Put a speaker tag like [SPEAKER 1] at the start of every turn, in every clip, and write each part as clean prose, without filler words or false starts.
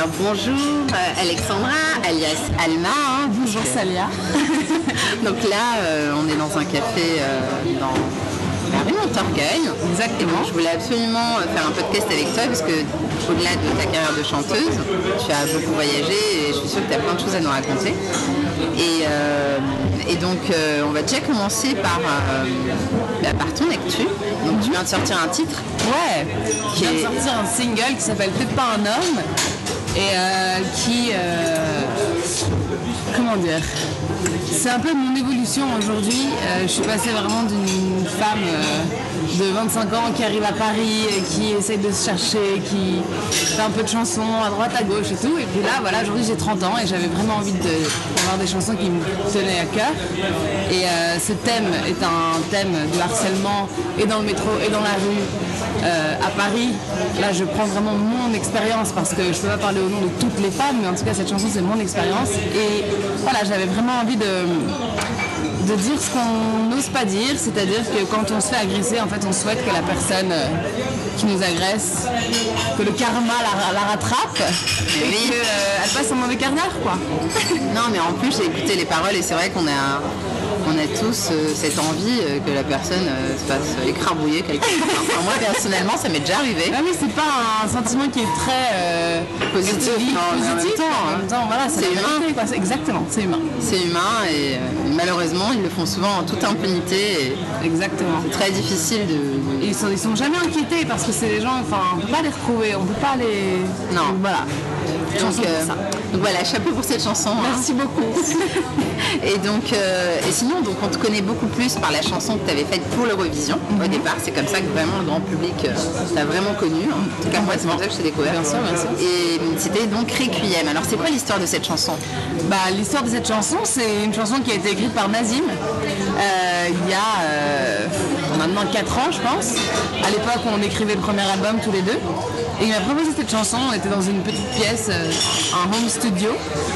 [SPEAKER 1] Alors bonjour Alexandra, alias Alma.
[SPEAKER 2] Bonjour Salia.
[SPEAKER 1] Donc là, on est dans un café dans la rue Montorgueil.
[SPEAKER 2] Exactement.
[SPEAKER 1] Je voulais absolument faire un podcast avec toi parce que au-delà de ta carrière de chanteuse, tu as beaucoup voyagé et je suis sûre que tu as plein de choses à nous raconter. Et donc on va déjà commencer par ton actu. Donc tu viens de sortir un titre.
[SPEAKER 2] Ouais, je viens de sortir un single qui s'appelle T'es pas un homme et comment dire, c'est un peu mon évolution aujourd'hui. Je suis passée vraiment d'une femme de 25 ans qui arrive à Paris, qui essaye de se chercher, qui fait un peu de chansons à droite à gauche et tout. Et puis là, voilà, aujourd'hui j'ai 30 ans et j'avais vraiment envie d'avoir des chansons qui me tenaient à cœur. Et ce thème est un thème du harcèlement et dans le métro et dans la rue à Paris. Là, je prends vraiment mon expérience parce que je ne peux pas parler au nom de toutes les femmes, mais en tout cas cette chanson c'est mon expérience. Et voilà, j'avais vraiment envie de dire ce qu'on n'ose pas dire, c'est-à-dire que quand on se fait agresser, en fait on souhaite que la personne qui nous agresse, que le karma la rattrape et qu'elle passe un mauvais quart d'heure, quoi.
[SPEAKER 1] Non, mais en plus j'ai écouté les paroles et c'est vrai qu'on a tous cette envie que la personne se fasse écrabouiller quelque part. Enfin, moi personnellement ça m'est déjà arrivé.
[SPEAKER 2] Ah, mais c'est pas un sentiment qui est très
[SPEAKER 1] positif.
[SPEAKER 2] En même temps, voilà,
[SPEAKER 1] c'est humain.
[SPEAKER 2] Quoi. Exactement, c'est humain.
[SPEAKER 1] C'est humain et malheureusement ils le font souvent en toute impunité.
[SPEAKER 2] Exactement.
[SPEAKER 1] C'est très difficile de.
[SPEAKER 2] Ils sont jamais inquiétés parce que c'est des gens, enfin on peut pas les retrouver, on peut pas les.
[SPEAKER 1] Non.
[SPEAKER 2] Donc, voilà.
[SPEAKER 1] Donc voilà, chapeau pour cette chanson.
[SPEAKER 2] Merci beaucoup.
[SPEAKER 1] Et donc, et sinon, donc on te connaît beaucoup plus par la chanson que tu avais faite pour l'Eurovision. Au départ, c'est comme ça que vraiment le grand public t'a vraiment connu. En tout cas, moi, c'est pour ça que je t'ai découvert.
[SPEAKER 2] Bien sûr, merci.
[SPEAKER 1] Et c'était donc Requiem. Alors, c'est quoi l'histoire de cette chanson?
[SPEAKER 2] L'histoire de cette chanson, c'est une chanson qui a été écrite par Nazim il y a maintenant 4 ans, je pense. À l'époque où on écrivait le premier album tous les deux. Et il m'a proposé cette chanson, on était dans une petite pièce, un home studio.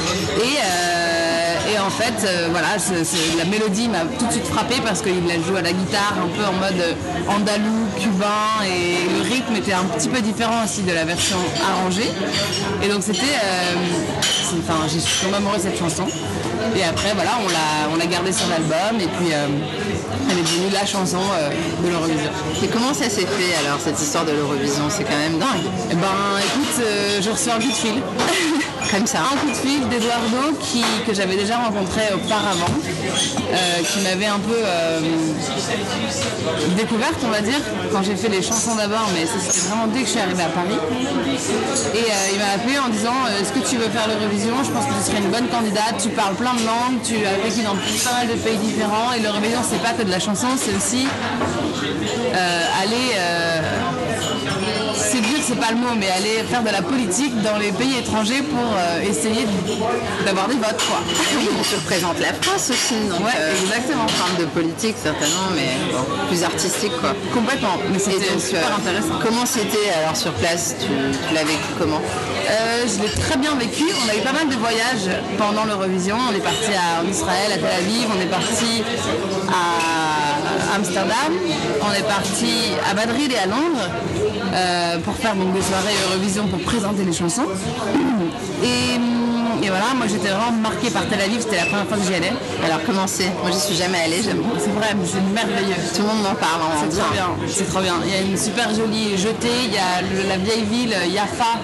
[SPEAKER 2] Et en fait, voilà, la mélodie m'a tout de suite frappée parce qu'il la joue à la guitare un peu en mode andalou, cubain, et le rythme était un petit peu différent aussi de la version arrangée. Et donc c'était, je suis tombée amoureuse de cette chanson. Et après, voilà, on l'a gardée sur l'album et puis elle est devenue la chanson de l'Eurovision.
[SPEAKER 1] Et comment ça s'est fait alors, cette histoire de l'Eurovision? C'est quand même dingue.
[SPEAKER 2] Écoute, je reçois un coup de fil.
[SPEAKER 1] Comme ça.
[SPEAKER 2] Un coup de fil d'Eduardo que j'avais déjà rencontré auparavant, qui m'avait un peu découverte, on va dire, quand j'ai fait les chansons d'abord, mais ça c'était vraiment dès que je suis arrivée à Paris. Et il m'a appelé en disant est-ce que tu veux faire l'Eurovision? Je pense que tu serais une bonne candidate, tu parles plein de langues, tu as vécu dans pas mal de pays différents, et l'Eurovision c'est pas que de la chanson, c'est aussi aller séduire, c'est pas le mot, mais aller faire de la politique dans les pays étrangers pour essayer d'avoir des votes, quoi.
[SPEAKER 1] Oui, on se représente la France aussi, donc
[SPEAKER 2] ouais, exactement.
[SPEAKER 1] On parle de politique certainement, mais bon, plus artistique, quoi.
[SPEAKER 2] Complètement, mais c'était super intéressant.
[SPEAKER 1] Comment c'était alors sur place? Tu l'as vécu comment?
[SPEAKER 2] Je l'ai très bien vécu. On a eu pas mal de voyages pendant l'Eurovision. On est parti en Israël, à Tel Aviv, on est parti à Amsterdam, on est parti à Madrid et à Londres pour faire donc des soirées Eurovision pour présenter les chansons. Et voilà, moi j'étais vraiment marquée par Tel Aviv, c'était la première fois que j'y allais.
[SPEAKER 1] Alors comment c'est? Moi j'y suis jamais allée, j'aime.
[SPEAKER 2] C'est vrai, mais c'est merveilleux.
[SPEAKER 1] Tout le monde m'en parle.
[SPEAKER 2] C'est trop bien, c'est trop bien. Il y a une super jolie jetée, il y a la vieille ville Jaffa,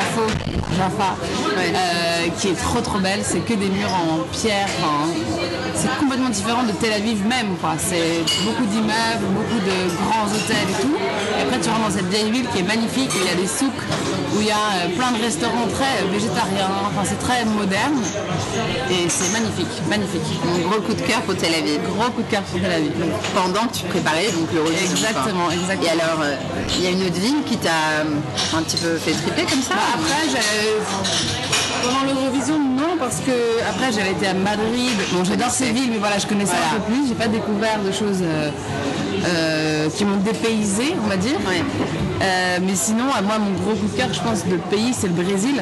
[SPEAKER 2] qui est trop belle. C'est que des murs en pierre. C'est complètement différent de Tel Aviv même, quoi. C'est beaucoup d'immeubles, beaucoup de grands hôtels et tout. Et après tu rentres dans cette vieille ville qui est magnifique. Il y a des souks où il y a plein de restaurants très végétariens. Enfin c'est très moderne et c'est magnifique.
[SPEAKER 1] Un gros coup de cœur pour Tel Aviv.
[SPEAKER 2] Gros coup de cœur pour Tel Aviv.
[SPEAKER 1] Donc, pendant que tu préparais donc l'Eurovision.
[SPEAKER 2] Exactement.
[SPEAKER 1] Et alors, il y a une autre ville qui t'a un petit peu fait triper comme ça?
[SPEAKER 2] Après, pendant l'Eurovision, non, parce que après j'avais été à Madrid. Bon, j'adore ces villes, mais voilà, je connaissais un peu plus. J'ai pas découvert de choses qui m'ont dépaysé, on va dire.
[SPEAKER 1] Ouais.
[SPEAKER 2] Mais sinon, moi, mon gros coup de cœur, je pense, de pays, c'est le Brésil.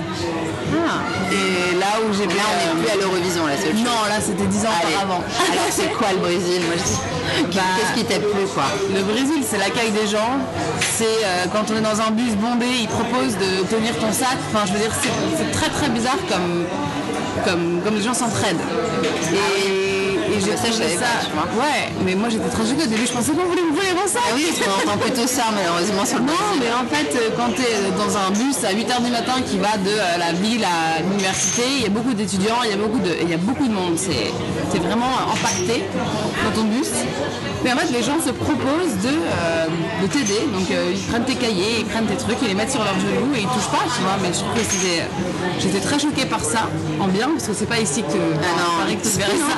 [SPEAKER 2] Et là où j'ai
[SPEAKER 1] Là, on n'est plus à l'Eurovision, là, c'est autre chose.
[SPEAKER 2] Non, là, c'était 10 ans auparavant.
[SPEAKER 1] Alors, c'est quoi le Brésil? Moi, qu'est-ce qui t'a plu, quoi?
[SPEAKER 2] Le Brésil, c'est l'accueil des gens. C'est quand on est dans un bus bondé, ils proposent de tenir ton sac. Enfin, je veux dire, c'est très très bizarre comme les gens s'entraident. Et j'ai trouvé ça. Ouais, mais moi j'étais très choquée. Au début, je pensais qu'on voulait me voler mon sac.
[SPEAKER 1] Ah oui, on entend plutôt ça, malheureusement, sur le
[SPEAKER 2] Non, mais en fait, quand tu es dans un bus à 8h du matin qui va de la ville à l'université, il y a beaucoup d'étudiants, il y a beaucoup de monde. C'est vraiment impacté dans ton bus. Mais en fait, les gens se proposent de t'aider. Donc, ils prennent tes cahiers, ils prennent tes trucs, ils les mettent sur leurs genoux et ils touchent pas, tu vois. Mais je trouve que j'étais très choquée par ça, en bien, parce que c'est pas ici que Paris que tu verrais ça.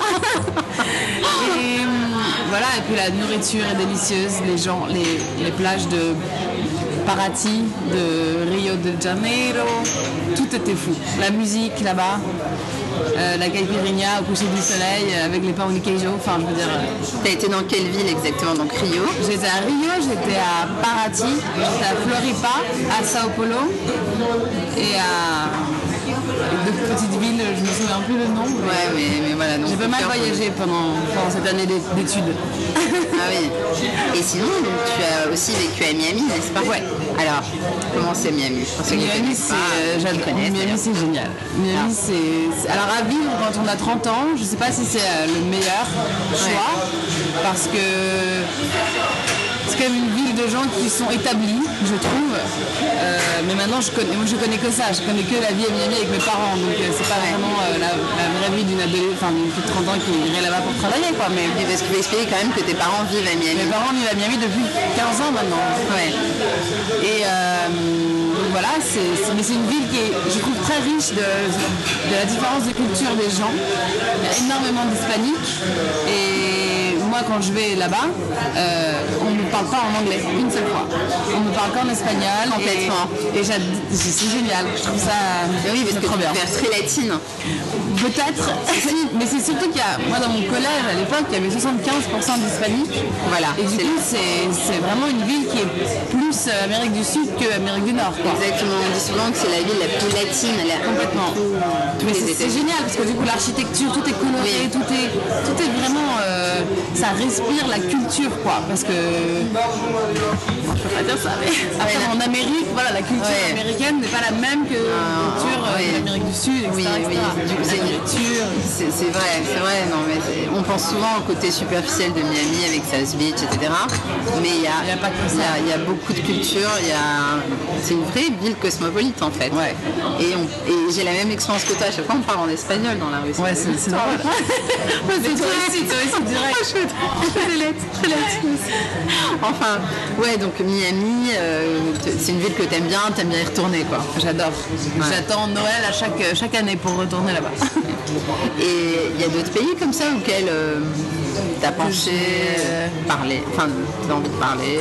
[SPEAKER 2] Et voilà, et puis la nourriture est délicieuse, les gens, les plages de Paraty, de Rio de Janeiro, tout était fou. La musique là-bas, la caipirinha au coucher du soleil avec les pains au queijo, enfin je veux dire...
[SPEAKER 1] T'as été dans quelle ville exactement? Donc Rio?
[SPEAKER 2] J'étais à Rio, j'étais à Paraty, j'étais à Floripa, à Sao Paulo et à... de petites villes, je me souviens plus le nom.
[SPEAKER 1] Ouais, mais voilà.
[SPEAKER 2] J'ai pas mal voyagé pendant cette année d'études.
[SPEAKER 1] Ah oui. Et sinon, donc, tu as aussi vécu à Miami, n'est-ce pas?
[SPEAKER 2] Ouais.
[SPEAKER 1] Alors, comment c'est Miami?
[SPEAKER 2] Miami, c'est génial. Miami, c'est... Alors à vivre quand on a 30 ans, je sais pas si c'est le meilleur choix, parce que c'est quand même une ville de gens qui sont établis, je trouve. Mais maintenant, je connais que ça. Je connais que la vie à Miami avec mes parents. Donc, c'est pas vraiment la vraie vie d'une fille de 30 ans qui irait là-bas pour travailler, quoi. Mais
[SPEAKER 1] parce que tu peux expliquer quand même que tes parents vivent à Miami.
[SPEAKER 2] Mes parents vivent à Miami depuis 15 ans maintenant.
[SPEAKER 1] Ouais.
[SPEAKER 2] Et donc voilà, mais c'est une ville qui est, je trouve, très riche de la différence de culture des gens. Il y a énormément d'hispaniques. Et moi, quand je vais là-bas, on ne me parle pas en anglais, une seule fois. On me parle qu'en espagnol.
[SPEAKER 1] Complètement.
[SPEAKER 2] Et c'est génial. Je trouve ça
[SPEAKER 1] oui, parce que
[SPEAKER 2] trop bien.
[SPEAKER 1] Tu es très latine.
[SPEAKER 2] Peut-être, mais c'est surtout qu'il y a, moi dans mon collège à l'époque, il y avait 75% d'hispaniques.
[SPEAKER 1] Voilà.
[SPEAKER 2] Et du coup, c'est vraiment une ville qui est plus Amérique du Sud que Amérique du Nord, quoi.
[SPEAKER 1] Exactement, on dit souvent que c'est la ville la plus latine.
[SPEAKER 2] Complètement. Mais c'est génial parce que du coup l'architecture, tout est coloré, tout est vraiment, ça respire la culture, quoi. Parce que, je peux pas dire ça, mais après en Amérique, voilà, la culture américaine n'est pas la même que la culture de l'Amérique du Sud, etc.
[SPEAKER 1] C'est vrai, non, mais on pense souvent au côté superficiel de Miami avec South Beach, etc. Mais il y a pas que ça. Il y a beaucoup de culture, c'est une vraie ville cosmopolite en fait.
[SPEAKER 2] Ouais.
[SPEAKER 1] Et j'ai la même expérience que toi, à chaque fois on parle en espagnol dans la rue.
[SPEAKER 2] Ouais, c'est drôle. C'est toi aussi direct.
[SPEAKER 1] Je enfin, ouais, donc Miami, c'est une ville que t'aimes bien y retourner, quoi.
[SPEAKER 2] J'adore. Ouais. J'attends Noël à chaque année pour retourner là-bas.
[SPEAKER 1] Et il y a d'autres pays comme ça auxquels t'as penché, parler, enfin t'as envie de parler?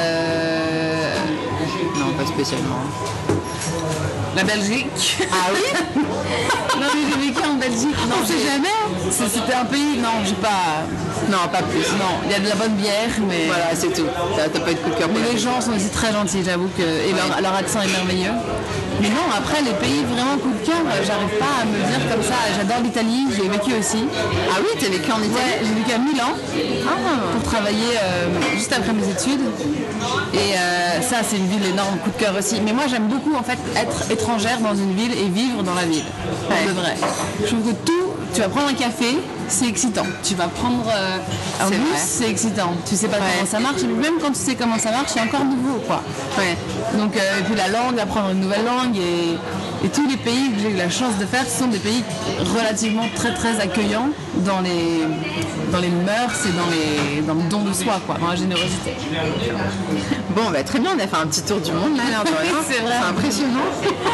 [SPEAKER 1] Non, pas spécialement.
[SPEAKER 2] La Belgique.
[SPEAKER 1] Ah oui?
[SPEAKER 2] Non, mais j'ai vécu en Belgique. Non,
[SPEAKER 1] on sait jamais.
[SPEAKER 2] C'était un pays, non, j'ai pas...
[SPEAKER 1] Non, pas plus.
[SPEAKER 2] Non, il y a de la bonne bière, mais...
[SPEAKER 1] Voilà, c'est tout. T'as pas eu de coup de cœur.
[SPEAKER 2] Mais les gens sont aussi très gentils, j'avoue que... Et leur accent est merveilleux. Mais non, après, les pays vraiment coup de cœur, j'arrive pas à me dire comme ça. J'adore l'Italie, j'ai vécu aussi.
[SPEAKER 1] Ah oui, t'as vécu en Italie?
[SPEAKER 2] Ouais, j'ai vécu à Milan pour travailler juste après mes études. Et ça, c'est une ville énorme, coup de cœur aussi. Mais moi, j'aime beaucoup, en fait, être étrangère dans une ville et vivre dans la ville. Pour de vrai. Je trouve que tu vas prendre un café, c'est excitant. Tu vas prendre un bus, c'est excitant. Tu sais pas comment ça marche. Et même quand tu sais comment ça marche, c'est encore nouveau, quoi.
[SPEAKER 1] Ouais.
[SPEAKER 2] Donc, et puis la langue, apprendre une nouvelle langue. Et tous les pays que j'ai eu la chance de faire, ce sont des pays relativement très très accueillants dans les mœurs et dans le don de soi, quoi, dans la générosité.
[SPEAKER 1] Bon, bah, très bien, on a fait un petit tour du monde là,
[SPEAKER 2] c'est vrai.
[SPEAKER 1] C'est impressionnant.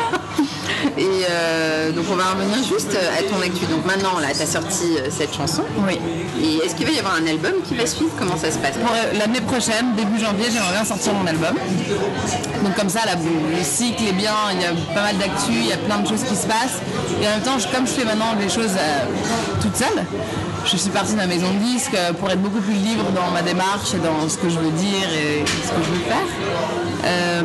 [SPEAKER 1] Et donc on va revenir juste à ton actu. Donc maintenant, là, tu as sorti cette chanson.
[SPEAKER 2] Oui.
[SPEAKER 1] Et est-ce qu'il va y avoir un album qui va suivre? Comment ça se passe?
[SPEAKER 2] Pour l'année prochaine, début janvier, j'aimerais bien sortir mon album. Donc comme ça, le cycle est bien, il y a pas mal d'actu, il y a plein de choses qui se passent. Et en même temps, comme je fais maintenant les choses toute seule, je suis partie de la maison de disques pour être beaucoup plus libre dans ma démarche et dans ce que je veux dire et ce que je veux faire.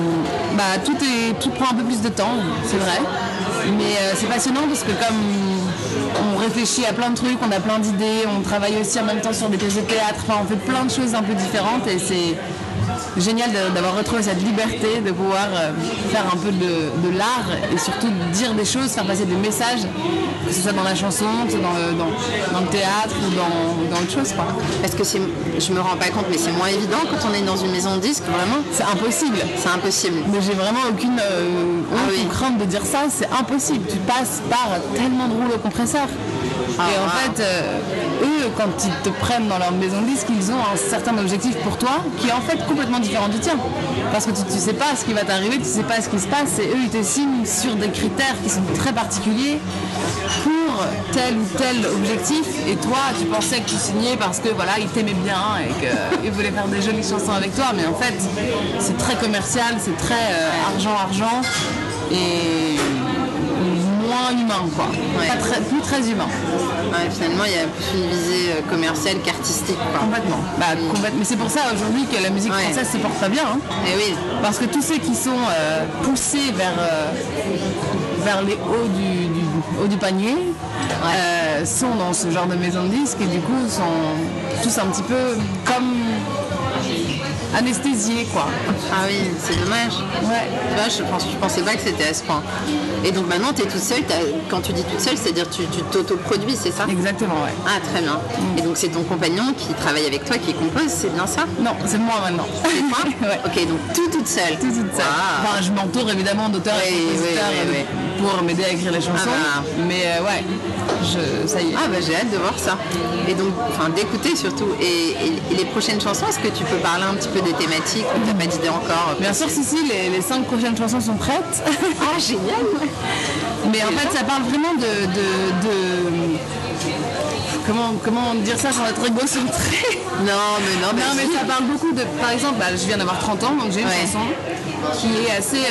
[SPEAKER 2] Tout prend un peu plus de temps, c'est vrai. Mais c'est passionnant parce que comme on réfléchit à plein de trucs, on a plein d'idées, on travaille aussi en même temps sur des pièces de théâtre, on fait plein de choses un peu différentes et c'est génial d'avoir retrouvé cette liberté de pouvoir faire un peu de l'art et surtout dire des choses, faire passer des messages, que ce soit dans la chanson, que ce soit dans le théâtre ou dans autre chose, quoi.
[SPEAKER 1] Parce que je me rends pas compte, mais c'est moins évident quand on est dans une maison de disques, vraiment.
[SPEAKER 2] C'est impossible.
[SPEAKER 1] C'est impossible.
[SPEAKER 2] Mais j'ai vraiment aucune crainte de dire ça, c'est impossible. Tu passes par tellement de rouleaux compresseurs. Fait, eux, quand ils te prennent dans leur maison de disques, ils ont un certain objectif pour toi qui est en fait complètement différent du tien. Parce que tu sais pas ce qui va t'arriver, tu sais pas ce qui se passe, et eux, ils te signent sur des critères qui sont très particuliers pour tel ou tel objectif. Et toi, tu pensais que tu signais parce que voilà, ils t'aimaient bien et qu'ils voulaient faire des jolies chansons avec toi. Mais en fait, c'est très commercial, c'est très argent. Et moins humain, quoi. Ouais. Plus très humain.
[SPEAKER 1] Ouais, finalement, il y a plus une visée commerciale qu'artistique, quoi.
[SPEAKER 2] Complètement. Mais c'est pour ça aujourd'hui que la musique française se porte très bien. Hein.
[SPEAKER 1] Et oui.
[SPEAKER 2] Parce que tous ceux qui sont poussés vers les hauts du panier sont dans ce genre de maison de disques et du coup sont tous un petit peu comme anesthésié, quoi.
[SPEAKER 1] Ah oui, c'est dommage.
[SPEAKER 2] Ouais.
[SPEAKER 1] Tu vois, je pensais pas que c'était à ce point. Et donc maintenant, tu es toute seule. Quand tu dis toute seule, c'est-à-dire tu t'auto-produis, c'est ça?
[SPEAKER 2] Exactement, ouais.
[SPEAKER 1] Ah, très bien. Et donc c'est ton compagnon qui travaille avec toi, qui compose, c'est bien ça?
[SPEAKER 2] Non, c'est moi maintenant.
[SPEAKER 1] C'est toi?
[SPEAKER 2] Ouais.
[SPEAKER 1] Ok, donc toute seule.
[SPEAKER 2] Toute seule.
[SPEAKER 1] Wow.
[SPEAKER 2] Enfin, je m'entoure évidemment d'auteurs et compositeurs pour m'aider à écrire les chansons. Mais ça y est.
[SPEAKER 1] Ah bah j'ai hâte de voir ça. Et donc, d'écouter surtout. Et les prochaines chansons, est-ce que tu peux parler un petit peu des thématiques ou t'as pas d'idée encore?
[SPEAKER 2] Bien sûr, si, les 5 prochaines chansons sont prêtes.
[SPEAKER 1] Ah, génial.
[SPEAKER 2] Mais en fait, ça parle vraiment de comment dire ça sans être égocentré?
[SPEAKER 1] Non,
[SPEAKER 2] mais ça parle beaucoup de... Par exemple, je viens d'avoir 30 ans, donc j'ai une chanson qui est assez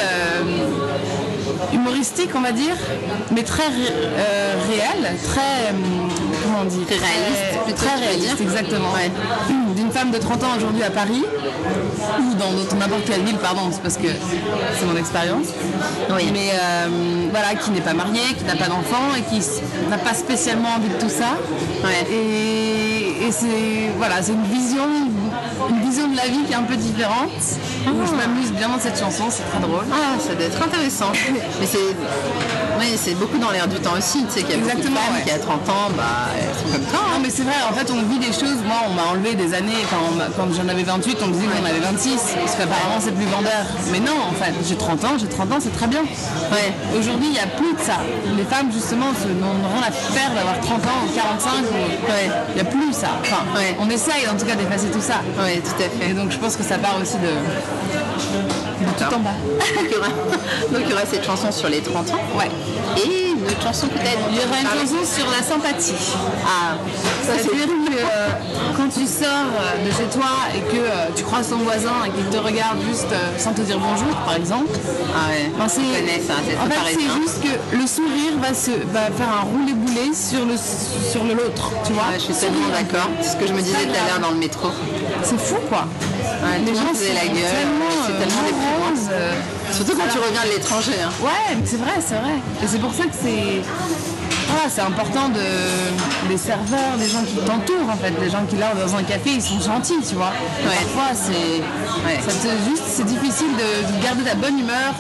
[SPEAKER 2] humoristique, on va dire, mais très réelle, très... comment on dit?
[SPEAKER 1] Très réaliste,
[SPEAKER 2] exactement. Ouais. D'une femme de 30 ans aujourd'hui à Paris, ou dans n'importe quelle ville, pardon, c'est parce que c'est mon expérience. Oui. Mais qui n'est pas mariée, qui n'a pas d'enfant et qui n'a pas spécialement envie de tout ça. Ouais. Et c'est une vision de la vie qui est un peu différente. Je m'amuse bien dans cette chanson, c'est très drôle.
[SPEAKER 1] Ah, ça doit être intéressant. Mais c'est beaucoup dans l'air du temps aussi, tu sais qu'il y a beaucoup de femmes qui à 30 ans, elles sont comme toi.
[SPEAKER 2] Non mais c'est vrai, en fait on vit des choses, moi on m'a enlevé des années, quand j'en avais 28, on me disait que j'en avais 26, parce qu'apparemment c'est plus vendeur. Mais non, en fait, j'ai 30 ans, c'est très bien. Ouais. Aujourd'hui, il n'y a plus de ça. Les femmes justement n'ont rien à faire d'avoir 30 ans ou 45, il n'y a plus ça. Enfin, on essaye en tout cas d'effacer tout ça.
[SPEAKER 1] Oui, tout à fait.
[SPEAKER 2] Et donc je pense que ça part aussi de tout en bas.
[SPEAKER 1] Donc il y aura cette chanson sur les 30 ans.
[SPEAKER 2] Ouais.
[SPEAKER 1] Et une autre chanson peut-être.
[SPEAKER 2] Il y aura une chanson sur la sympathie.
[SPEAKER 1] Ah, ça c'est
[SPEAKER 2] terrible. Quand tu sors de chez toi et que tu croises ton voisin et qu'il te regarde juste sans te dire bonjour, par exemple.
[SPEAKER 1] Ah ouais.
[SPEAKER 2] Je connais ça. C'est juste que le sourire va faire un roulé-boulé sur l'autre, tu vois.
[SPEAKER 1] Je suis tellement d'accord. C'est ce que je me disais tout à l'heure dans le métro.
[SPEAKER 2] C'est fou, quoi.
[SPEAKER 1] Ouais, les gens faisaient la gueule, c'est tellement déprimant. Surtout quand tu reviens de l'étranger. Hein.
[SPEAKER 2] Ouais, c'est vrai. Et c'est pour ça que c'est important des serveurs, des gens qui t'entourent en fait, des gens qui là dans un café, ils sont gentils, tu vois. Ouais. Parfois c'est difficile de garder ta bonne humeur,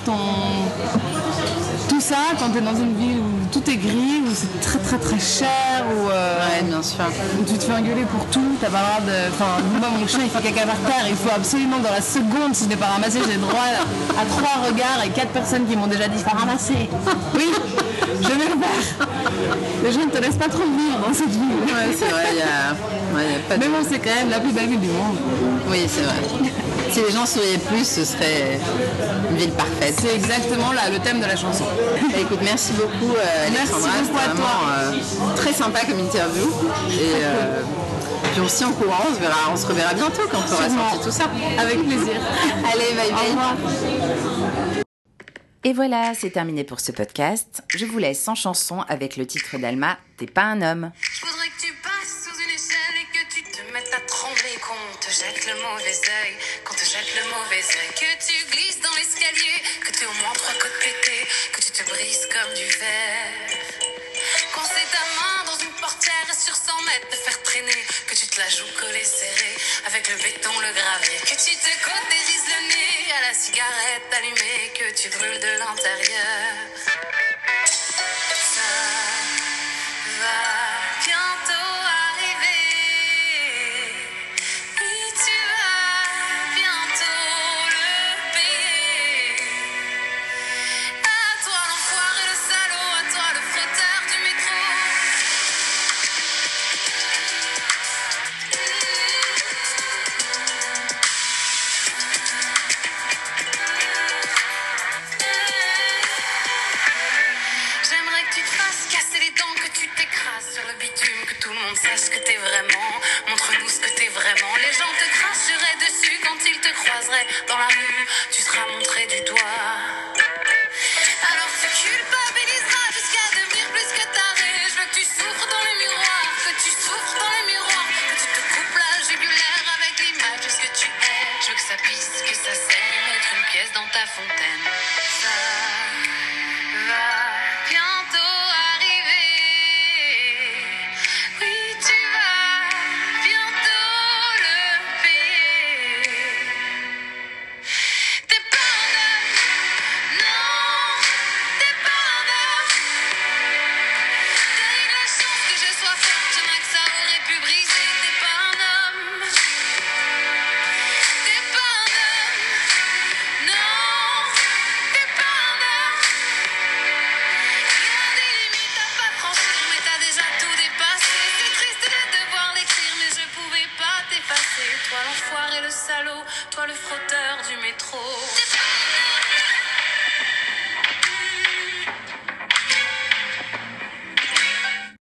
[SPEAKER 2] tout ça quand t'es dans une ville où tout est gris, où c'est très très très cher,
[SPEAKER 1] bien sûr.
[SPEAKER 2] Où tu te fais engueuler pour tout, t'as pas le droit de... Enfin, moi mon chien il fait caca par terre, il faut absolument que dans la seconde, si je n'ai pas ramassé, j'ai droit à 3 regards et 4 personnes qui m'ont déjà dit « faut ramasser ». Oui, je vais le faire. Les gens ne te laissent pas trop vivre dans cette ville.
[SPEAKER 1] Ouais, c'est vrai, il y a pas de...
[SPEAKER 2] Mais bon, c'est quand même la plus belle ville du monde.
[SPEAKER 1] Oui, c'est vrai. Si les gens souriaient plus, ce serait une ville parfaite.
[SPEAKER 2] C'est exactement le thème de la chanson.
[SPEAKER 1] Écoute, merci beaucoup Alexandra.
[SPEAKER 2] Merci beaucoup à toi.
[SPEAKER 1] Très sympa comme interview. Et puis on se tient au courant, on se reverra bientôt quand tu auras sorti tout ça.
[SPEAKER 2] Avec plaisir.
[SPEAKER 1] Allez, bye bye.
[SPEAKER 2] Au revoir.
[SPEAKER 3] Et voilà, c'est terminé pour ce podcast. Je vous laisse en chanson avec le titre d'Alma, T'es pas un homme.
[SPEAKER 4] Je voudrais que tu parles.
[SPEAKER 3] jette le mauvais œil, qu'on te jette le mauvais œil, que tu glisses dans l'escalier, que t'aies au moins 3 côtes pétées, que tu te brises comme du verre. Quand c'est ta main dans une portière et sur 100 mètres te faire traîner, que tu te la joues collée serrée, avec le béton, le gravier, que tu te cautérises le nez à la cigarette allumée, que tu brûles de l'intérieur. Ça va bientôt arriver. Oui, tu vas bientôt le payer. À toi l'enfoiré, le salaud, à toi le frotteur du métro. J'aimerais que tu te fasses casser les dents, que tu t'écrases sur le bitume, que tout le monde sache ce que t'es vraiment. Montre-nous ce que t'es vraiment. Les gens te cracheraient dessus quand ils te croiseraient dans la rue. Tu seras montré du doigt. Alors tu culpabiliseras jusqu'à devenir plus que taré. Je veux que tu souffres dans les miroirs, que tu souffres dans les miroirs, que tu te coupes la jugulaire avec l'image de ce que tu es. Je veux que ça pisse, que ça saigne, mettre une pièce dans ta fontaine. Ça va bientôt arriver. Oui, tu vas bientôt le payer. T'es pas un homme, non, t'es pas un homme. T'as eu la chance que je sois forte, y'en a que ça aurait pu briser. T'es pas un homme, t'es pas un homme, non, t'es pas un homme. Il y a des limites à pas franchir, mais t'as déjà tout dépassé. C'est triste de devoir l'écrire, mais je pouvais pas t'effacer. Toi l'enfoiré, le salaud, toi le frotteur du métro.